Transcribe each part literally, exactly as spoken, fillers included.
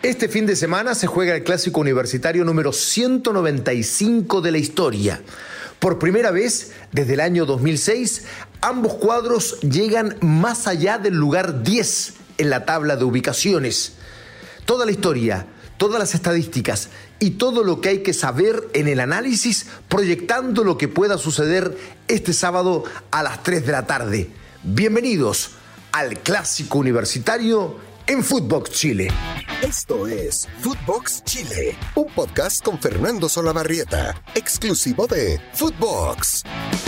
Este fin de semana se juega el Clásico Universitario número ciento noventa y cinco de la historia. Por primera vez desde el año dos mil seis, ambos cuadros llegan más allá del lugar diez en la tabla de ubicaciones. Toda la historia, todas las estadísticas y todo lo que hay que saber en el análisis, proyectando lo que pueda suceder este sábado a las tres de la tarde. Bienvenidos al Clásico Universitario en Footbox Chile. Esto es Footbox Chile, un podcast con Fernando Solabarrieta, exclusivo de Footbox.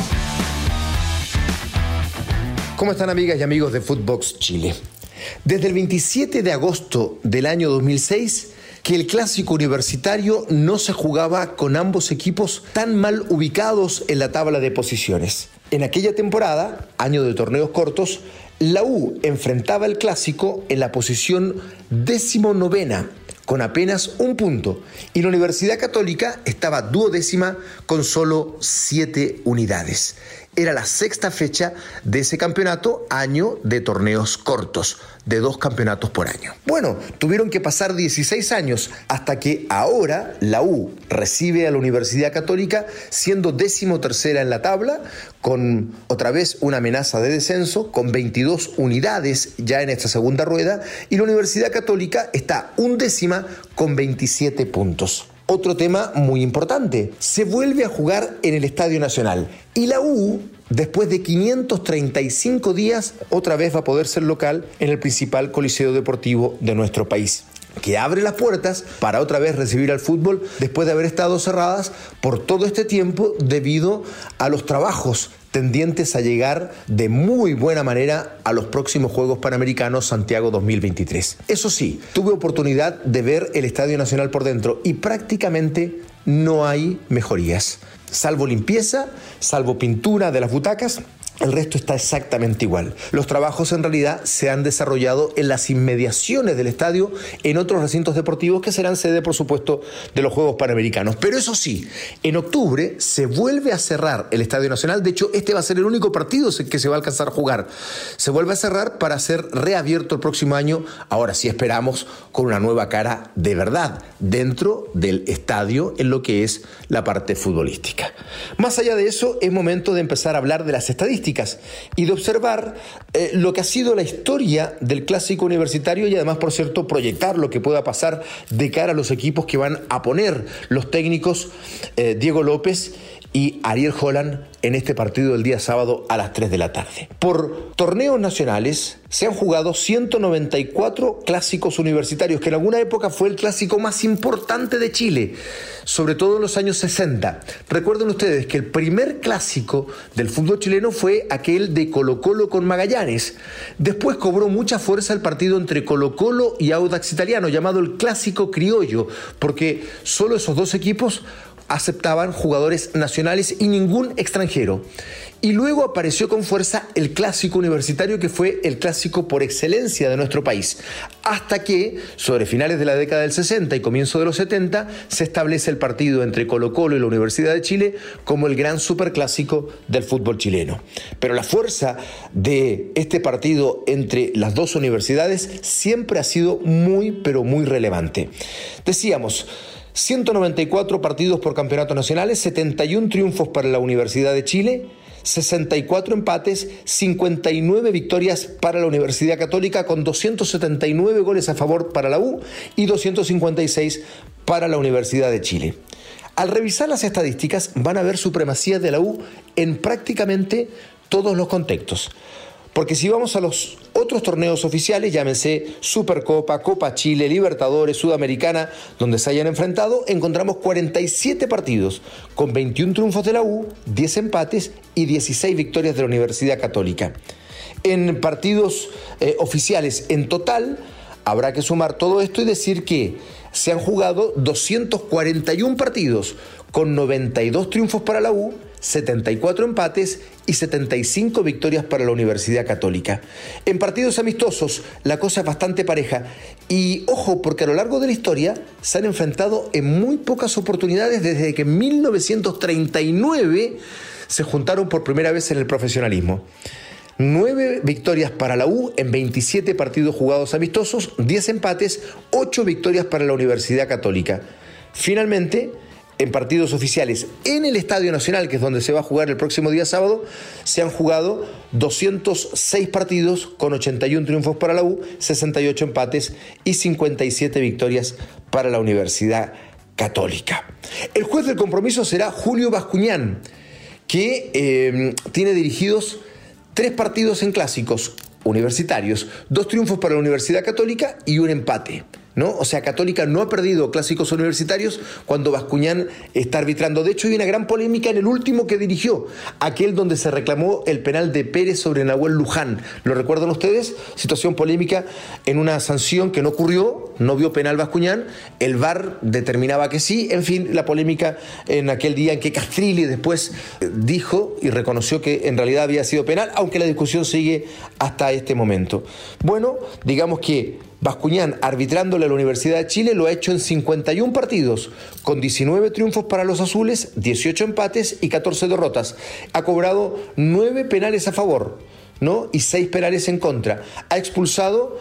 ¿Cómo están, amigas y amigos de Footbox Chile? Desde el veintisiete de agosto del año dos mil seis, que el Clásico Universitario no se jugaba con ambos equipos tan mal ubicados en la tabla de posiciones. En aquella temporada, año de torneos cortos, la U enfrentaba el Clásico en la posición decimonovena, con apenas un punto, y la Universidad Católica estaba duodécima con solo siete unidades. Era la sexta fecha de ese campeonato, año de torneos cortos, de dos campeonatos por año. Bueno, tuvieron que pasar dieciséis años hasta que ahora la U recibe a la Universidad Católica siendo decimotercera en la tabla, con otra vez una amenaza de descenso, con veintidós unidades ya en esta segunda rueda, y la Universidad Católica está undécima con veintisiete puntos. Otro tema muy importante, se vuelve a jugar en el Estadio Nacional y la U, después de quinientos treinta y cinco días, otra vez va a poder ser local en el principal coliseo deportivo de nuestro país, que abre las puertas para otra vez recibir al fútbol después de haber estado cerradas por todo este tiempo debido a los trabajos tendientes a llegar de muy buena manera a los próximos Juegos Panamericanos Santiago dos mil veintitrés. Eso sí, tuve oportunidad de ver el Estadio Nacional por dentro y prácticamente no hay mejorías. Salvo limpieza, salvo pintura de las butacas, el resto está exactamente igual. Los trabajos en realidad se han desarrollado en las inmediaciones del estadio, en otros recintos deportivos que serán sede, por supuesto, de los Juegos Panamericanos. Pero eso sí, en octubre se vuelve a cerrar el Estadio Nacional. De hecho, este va a ser el único partido que se va a alcanzar a jugar. Se vuelve a cerrar para ser reabierto el próximo año. Ahora sí esperamos con una nueva cara de verdad dentro del estadio en lo que es la parte futbolística. Más allá de eso, es momento de empezar a hablar de las estadísticas y de observar eh, lo que ha sido la historia del Clásico Universitario y además, por cierto, proyectar lo que pueda pasar de cara a los equipos que van a poner los técnicos eh, Diego López y Ariel Holland en este partido del día sábado a las tres de la tarde. Por torneos nacionales se han jugado ciento noventa y cuatro clásicos universitarios, que en alguna época fue el clásico más importante de Chile, sobre todo en los años sesenta. Recuerden ustedes que el primer clásico del fútbol chileno fue aquel de Colo-Colo con Magallanes. Después cobró mucha fuerza el partido entre Colo-Colo y Audax Italiano, llamado el Clásico Criollo, porque solo esos dos equipos aceptaban jugadores nacionales y ningún extranjero. Y luego apareció con fuerza el Clásico Universitario, que fue el clásico por excelencia de nuestro país, hasta que, sobre finales de la década del sesenta y comienzo de los setenta, se establece el partido entre Colo-Colo y la Universidad de Chile como el gran superclásico del fútbol chileno. Pero la fuerza de este partido entre las dos universidades siempre ha sido muy, pero muy relevante. Decíamos, ciento noventa y cuatro partidos por campeonatos nacionales, setenta y uno triunfos para la Universidad de Chile, sesenta y cuatro empates, cincuenta y nueve victorias para la Universidad Católica, con doscientos setenta y nueve goles a favor para la U y doscientos cincuenta y seis para la Universidad de Chile. Al revisar las estadísticas van a ver supremacía de la U en prácticamente todos los contextos. Porque si vamos a los otros torneos oficiales, llámense Supercopa, Copa Chile, Libertadores, Sudamericana, donde se hayan enfrentado, encontramos cuarenta y siete partidos, con veintiún triunfos de la U, diez empates y dieciséis victorias de la Universidad Católica. En partidos eh, oficiales en total, habrá que sumar todo esto y decir que se han jugado doscientos cuarenta y uno partidos, con noventa y dos triunfos para la U, setenta y cuatro empates y setenta y cinco victorias para la Universidad Católica. En partidos amistosos la cosa es bastante pareja y ojo, porque a lo largo de la historia se han enfrentado en muy pocas oportunidades desde que en mil novecientos treinta y nueve se juntaron por primera vez en el profesionalismo. nueve victorias para la U en veintisiete partidos jugados amistosos, diez empates, ocho victorias para la Universidad Católica. Finalmente, en partidos oficiales en el Estadio Nacional, que es donde se va a jugar el próximo día sábado, se han jugado doscientos seis partidos con ochenta y uno triunfos para la U, sesenta y ocho empates y cincuenta y siete victorias para la Universidad Católica. El juez del compromiso será Julio Bascuñán, que eh, tiene dirigidos tres partidos en clásicos universitarios, dos triunfos para la Universidad Católica y un empate, ¿no? O sea, Católica no ha perdido clásicos universitarios cuando Bascuñán está arbitrando. De hecho, hay una gran polémica en el último que dirigió, aquel donde se reclamó el penal de Pérez sobre Nahuel Luján. ¿Lo recuerdan ustedes? Situación polémica en una sanción que no ocurrió, no vio penal Bascuñán, el V A R determinaba que sí. En fin, la polémica en aquel día en que Castrilli después dijo y reconoció que en realidad había sido penal, aunque la discusión sigue hasta este momento. Bueno, digamos que Bascuñán, arbitrándole a la Universidad de Chile, lo ha hecho en cincuenta y uno partidos, con diecinueve triunfos para los azules, dieciocho empates y catorce derrotas. Ha cobrado nueve penales a favor, ¿no? Y seis penales en contra. Ha expulsado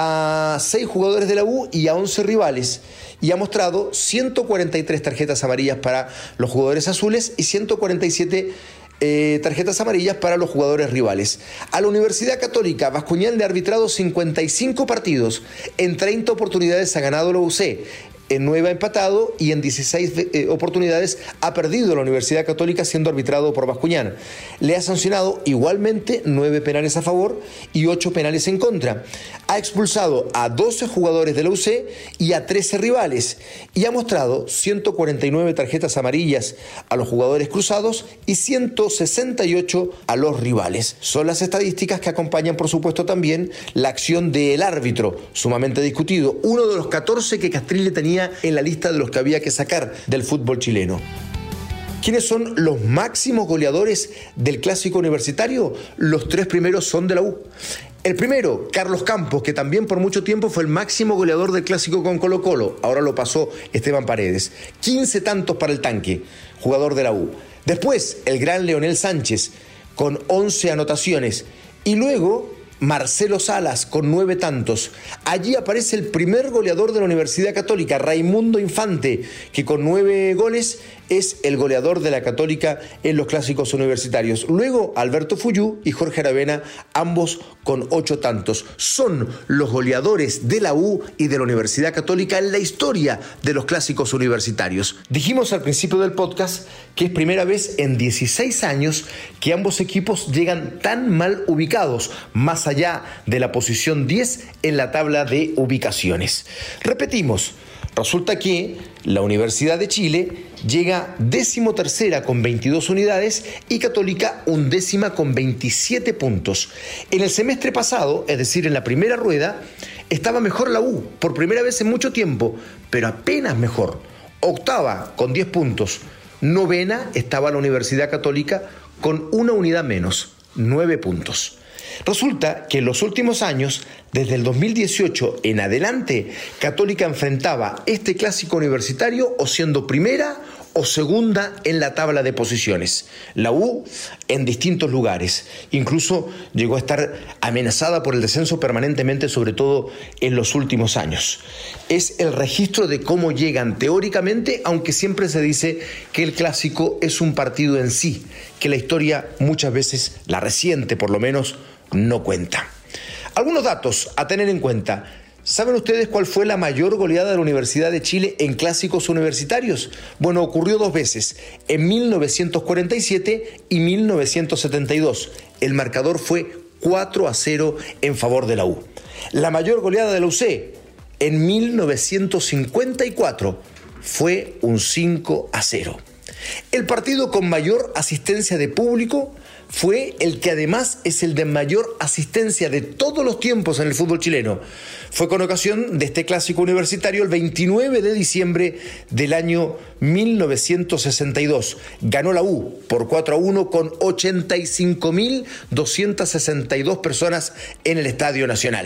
a seis jugadores de la U y a once rivales. Y ha mostrado ciento cuarenta y tres tarjetas amarillas para los jugadores azules y ciento cuarenta y siete Eh, tarjetas amarillas para los jugadores rivales. A la Universidad Católica, Bascuñán le ha arbitrado cincuenta y cinco partidos. En treinta oportunidades ha ganado la U C. En nueve ha empatado y en dieciséis eh, oportunidades ha perdido la Universidad Católica siendo arbitrado por Bascuñán. Le ha sancionado igualmente nueve penales a favor y ocho penales en contra. Ha expulsado a doce jugadores de la U C y a trece rivales y ha mostrado ciento cuarenta y nueve tarjetas amarillas a los jugadores cruzados y ciento sesenta y ocho a los rivales. Son las estadísticas que acompañan, por supuesto, también la acción del árbitro, sumamente discutido, uno de los catorce que Castrilli tenía en la lista de los que había que sacar del fútbol chileno. ¿Quiénes son los máximos goleadores del clásico universitario? Los tres primeros son de la U. El primero, Carlos Campos, que también por mucho tiempo fue el máximo goleador del clásico con Colo-Colo. Ahora lo pasó Esteban Paredes. quince tantos para el tanque, jugador de la U. Después, el gran Leonel Sánchez, con once anotaciones. Y luego, Marcelo Salas, con nueve tantos. Allí aparece el primer goleador de la Universidad Católica, Raimundo Infante, que con nueve goles es el goleador de la Católica en los clásicos universitarios. Luego, Alberto Fuyú y Jorge Aravena, ambos con ocho tantos. Son los goleadores de la U y de la Universidad Católica en la historia de los clásicos universitarios. Dijimos al principio del podcast que es primera vez en dieciséis años que ambos equipos llegan tan mal ubicados, más allá de la posición diez en la tabla de ubicaciones. Repetimos, resulta que la Universidad de Chile llega décimo tercera con veintidós unidades y Católica undécima con veintisiete puntos. En el semestre pasado, es decir, en la primera rueda, estaba mejor la U, por primera vez en mucho tiempo, pero apenas mejor. Octava con diez puntos. Novena estaba la Universidad Católica con una unidad menos, nueve puntos. Resulta que en los últimos años, desde el dos mil dieciocho en adelante, Católica enfrentaba este clásico universitario o siendo primera o segunda en la tabla de posiciones. La U en distintos lugares. Incluso llegó a estar amenazada por el descenso permanentemente, sobre todo en los últimos años. Es el registro de cómo llegan teóricamente, aunque siempre se dice que el clásico es un partido en sí, que la historia muchas veces, la reciente por lo menos, no cuenta. Algunos datos a tener en cuenta. ¿Saben ustedes cuál fue la mayor goleada de la Universidad de Chile en clásicos universitarios? Bueno, ocurrió dos veces, en mil novecientos cuarenta y siete y mil novecientos setenta y dos. El marcador fue cuatro a cero en favor de la U. La mayor goleada de la U C en mil novecientos cincuenta y cuatro fue un cinco a cero. El partido con mayor asistencia de público fue el que además es el de mayor asistencia de todos los tiempos en el fútbol chileno. Fue con ocasión de este clásico universitario el veintinueve de diciembre del año mil novecientos sesenta y dos. Ganó la U por cuatro a uno con ochenta y cinco mil doscientas sesenta y dos personas en el Estadio Nacional.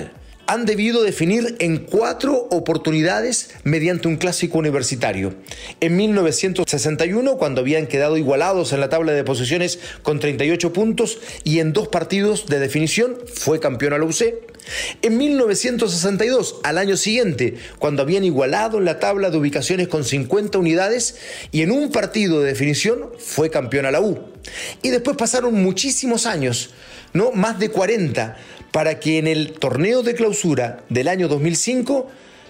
han debido definir en cuatro oportunidades mediante un clásico universitario. En mil novecientos sesenta y uno, cuando habían quedado igualados en la tabla de posiciones con treinta y ocho puntos, y en dos partidos de definición fue campeón a la U C. En mil novecientos sesenta y dos, al año siguiente, cuando habían igualado en la tabla de ubicaciones con cincuenta unidades, y en un partido de definición fue campeón a la U. Y después pasaron muchísimos años, ¿no? Más de cuarenta, para que en el torneo de clausura del año dos mil cinco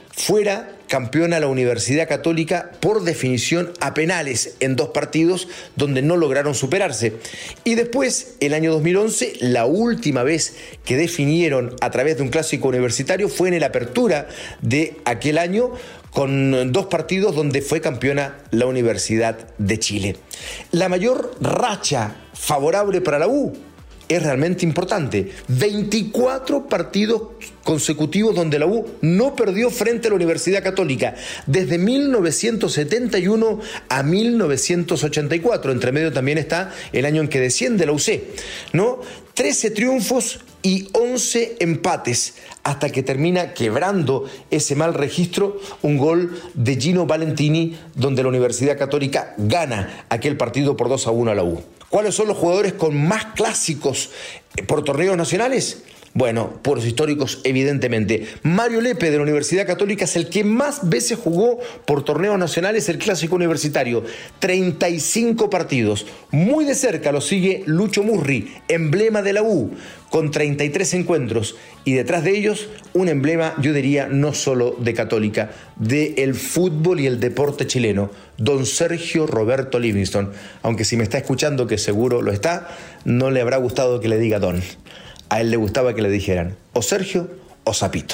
fuera campeona la Universidad Católica por definición a penales en dos partidos donde no lograron superarse. Y después, el año dos mil once, la última vez que definieron a través de un clásico universitario fue en el apertura de aquel año, con dos partidos donde fue campeona la Universidad de Chile. La mayor racha favorable para la U es realmente importante. veinticuatro partidos consecutivos donde la U no perdió frente a la Universidad Católica, desde mil novecientos setenta y uno a mil novecientos ochenta y cuatro. Entre medio también está el año en que desciende la U C, ¿no? trece triunfos y once empates, hasta que termina quebrando ese mal registro un gol de Gino Valentini, donde la Universidad Católica gana aquel partido por dos a uno a la U. ¿Cuáles son los jugadores con más clásicos por torneos nacionales? Bueno, por los históricos, evidentemente. Mario Lepe, de la Universidad Católica, es el que más veces jugó por torneos nacionales el clásico universitario. treinta y cinco partidos. Muy de cerca lo sigue Lucho Murri, emblema de la U, con treinta y tres encuentros. Y detrás de ellos, un emblema, yo diría, no solo de Católica, del fútbol y el deporte chileno, don Sergio Roberto Livingston. Aunque si me está escuchando, que seguro lo está, no le habrá gustado que le diga don. A él le gustaba que le dijeran o Sergio o Sapito.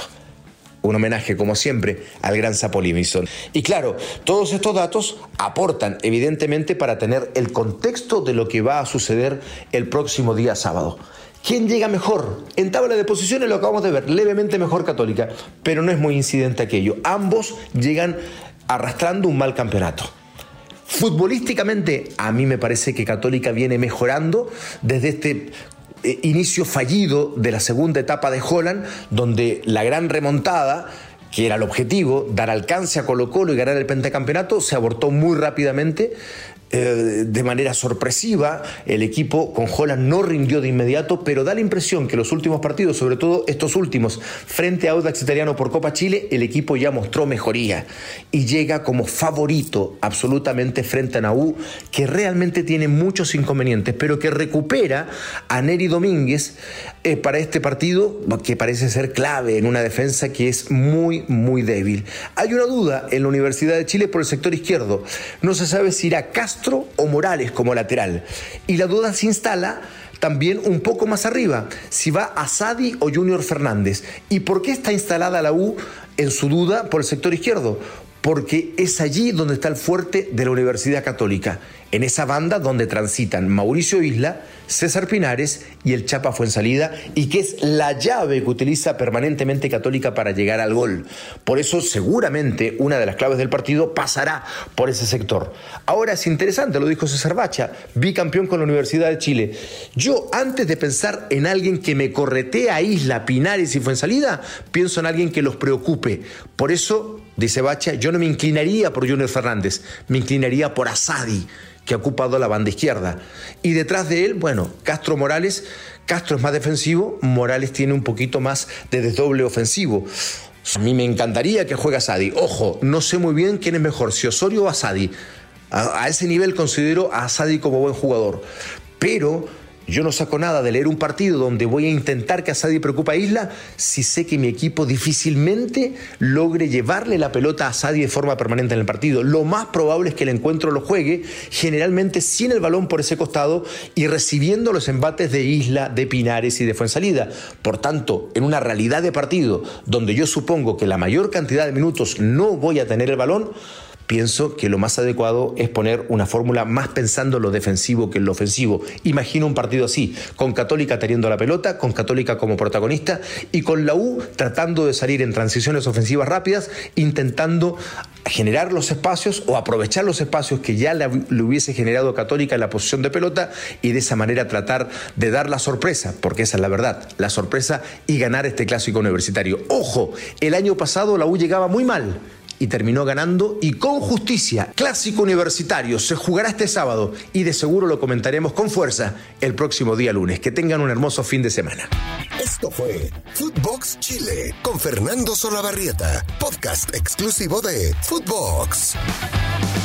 Un homenaje, como siempre, al gran Sapo Livingston. Y claro, todos estos datos aportan, evidentemente, para tener el contexto de lo que va a suceder el próximo día sábado. ¿Quién llega mejor? En tabla de posiciones lo acabamos de ver, levemente mejor Católica, pero no es muy incidente aquello. Ambos llegan arrastrando un mal campeonato. Futbolísticamente, a mí me parece que Católica viene mejorando desde este inicio fallido de la segunda etapa de Holland, donde la gran remontada, que era el objetivo, dar alcance a Colo-Colo y ganar el pentacampeonato, se abortó muy rápidamente. Eh, de manera sorpresiva, el equipo con Holland no rindió de inmediato, pero da la impresión que los últimos partidos, sobre todo estos últimos, frente a Audax Italiano por Copa Chile, el equipo ya mostró mejoría y llega como favorito absolutamente frente a la U, que realmente tiene muchos inconvenientes, pero que recupera a Neri Domínguez eh, para este partido, que parece ser clave en una defensa que es muy, muy débil. Hay una duda en la Universidad de Chile por el sector izquierdo. No se sabe si irá Castro o Morales como lateral. Y la duda se instala también un poco más arriba, si va Asadi o Junior Fernández. ¿Y por qué está instalada la U en su duda por el sector izquierdo? Porque es allí donde está el fuerte de la Universidad Católica, en esa banda donde transitan Mauricio Isla, César Pinares y el Chapa Fuenzalida, y que es la llave que utiliza permanentemente Católica para llegar al gol. Por eso seguramente una de las claves del partido pasará por ese sector. Ahora es interesante, lo dijo César Bacha, bicampeón con la Universidad de Chile. Yo, antes de pensar en alguien que me corretea a Isla, Pinares y Fuenzalida, pienso en alguien que los preocupe. Por eso, dice Bacha, yo no me inclinaría por Junior Fernández, me inclinaría por Asadi, que ha ocupado la banda izquierda. Y detrás de él, bueno, Castro Morales. Castro es más defensivo, Morales tiene un poquito más de desdoble ofensivo. A mí me encantaría que juegue Asadi. Ojo, no sé muy bien quién es mejor, si Osorio o Asadi. A, a ese nivel considero a Asadi como buen jugador. Pero yo no saco nada de leer un partido donde voy a intentar que Asadi preocupe a Isla si sé que mi equipo difícilmente logre llevarle la pelota a Asadi de forma permanente en el partido. Lo más probable es que el encuentro lo juegue generalmente sin el balón por ese costado y recibiendo los embates de Isla, de Pinares y de Fuenzalida. Por tanto, en una realidad de partido donde yo supongo que la mayor cantidad de minutos no voy a tener el balón, pienso que lo más adecuado es poner una fórmula más pensando en lo defensivo que en lo ofensivo. Imagino un partido así, con Católica teniendo la pelota, con Católica como protagonista y con la U tratando de salir en transiciones ofensivas rápidas, intentando generar los espacios o aprovechar los espacios que ya le, le hubiese generado Católica en la posición de pelota y de esa manera tratar de dar la sorpresa, porque esa es la verdad, la sorpresa y ganar este clásico universitario. Ojo, el año pasado la U llegaba muy mal y terminó ganando y con justicia. Clásico universitario se jugará este sábado y de seguro lo comentaremos con fuerza el próximo día lunes. Que tengan un hermoso fin de semana. Esto fue Footbox Chile con Fernando Solabarrieta, podcast exclusivo de Footbox.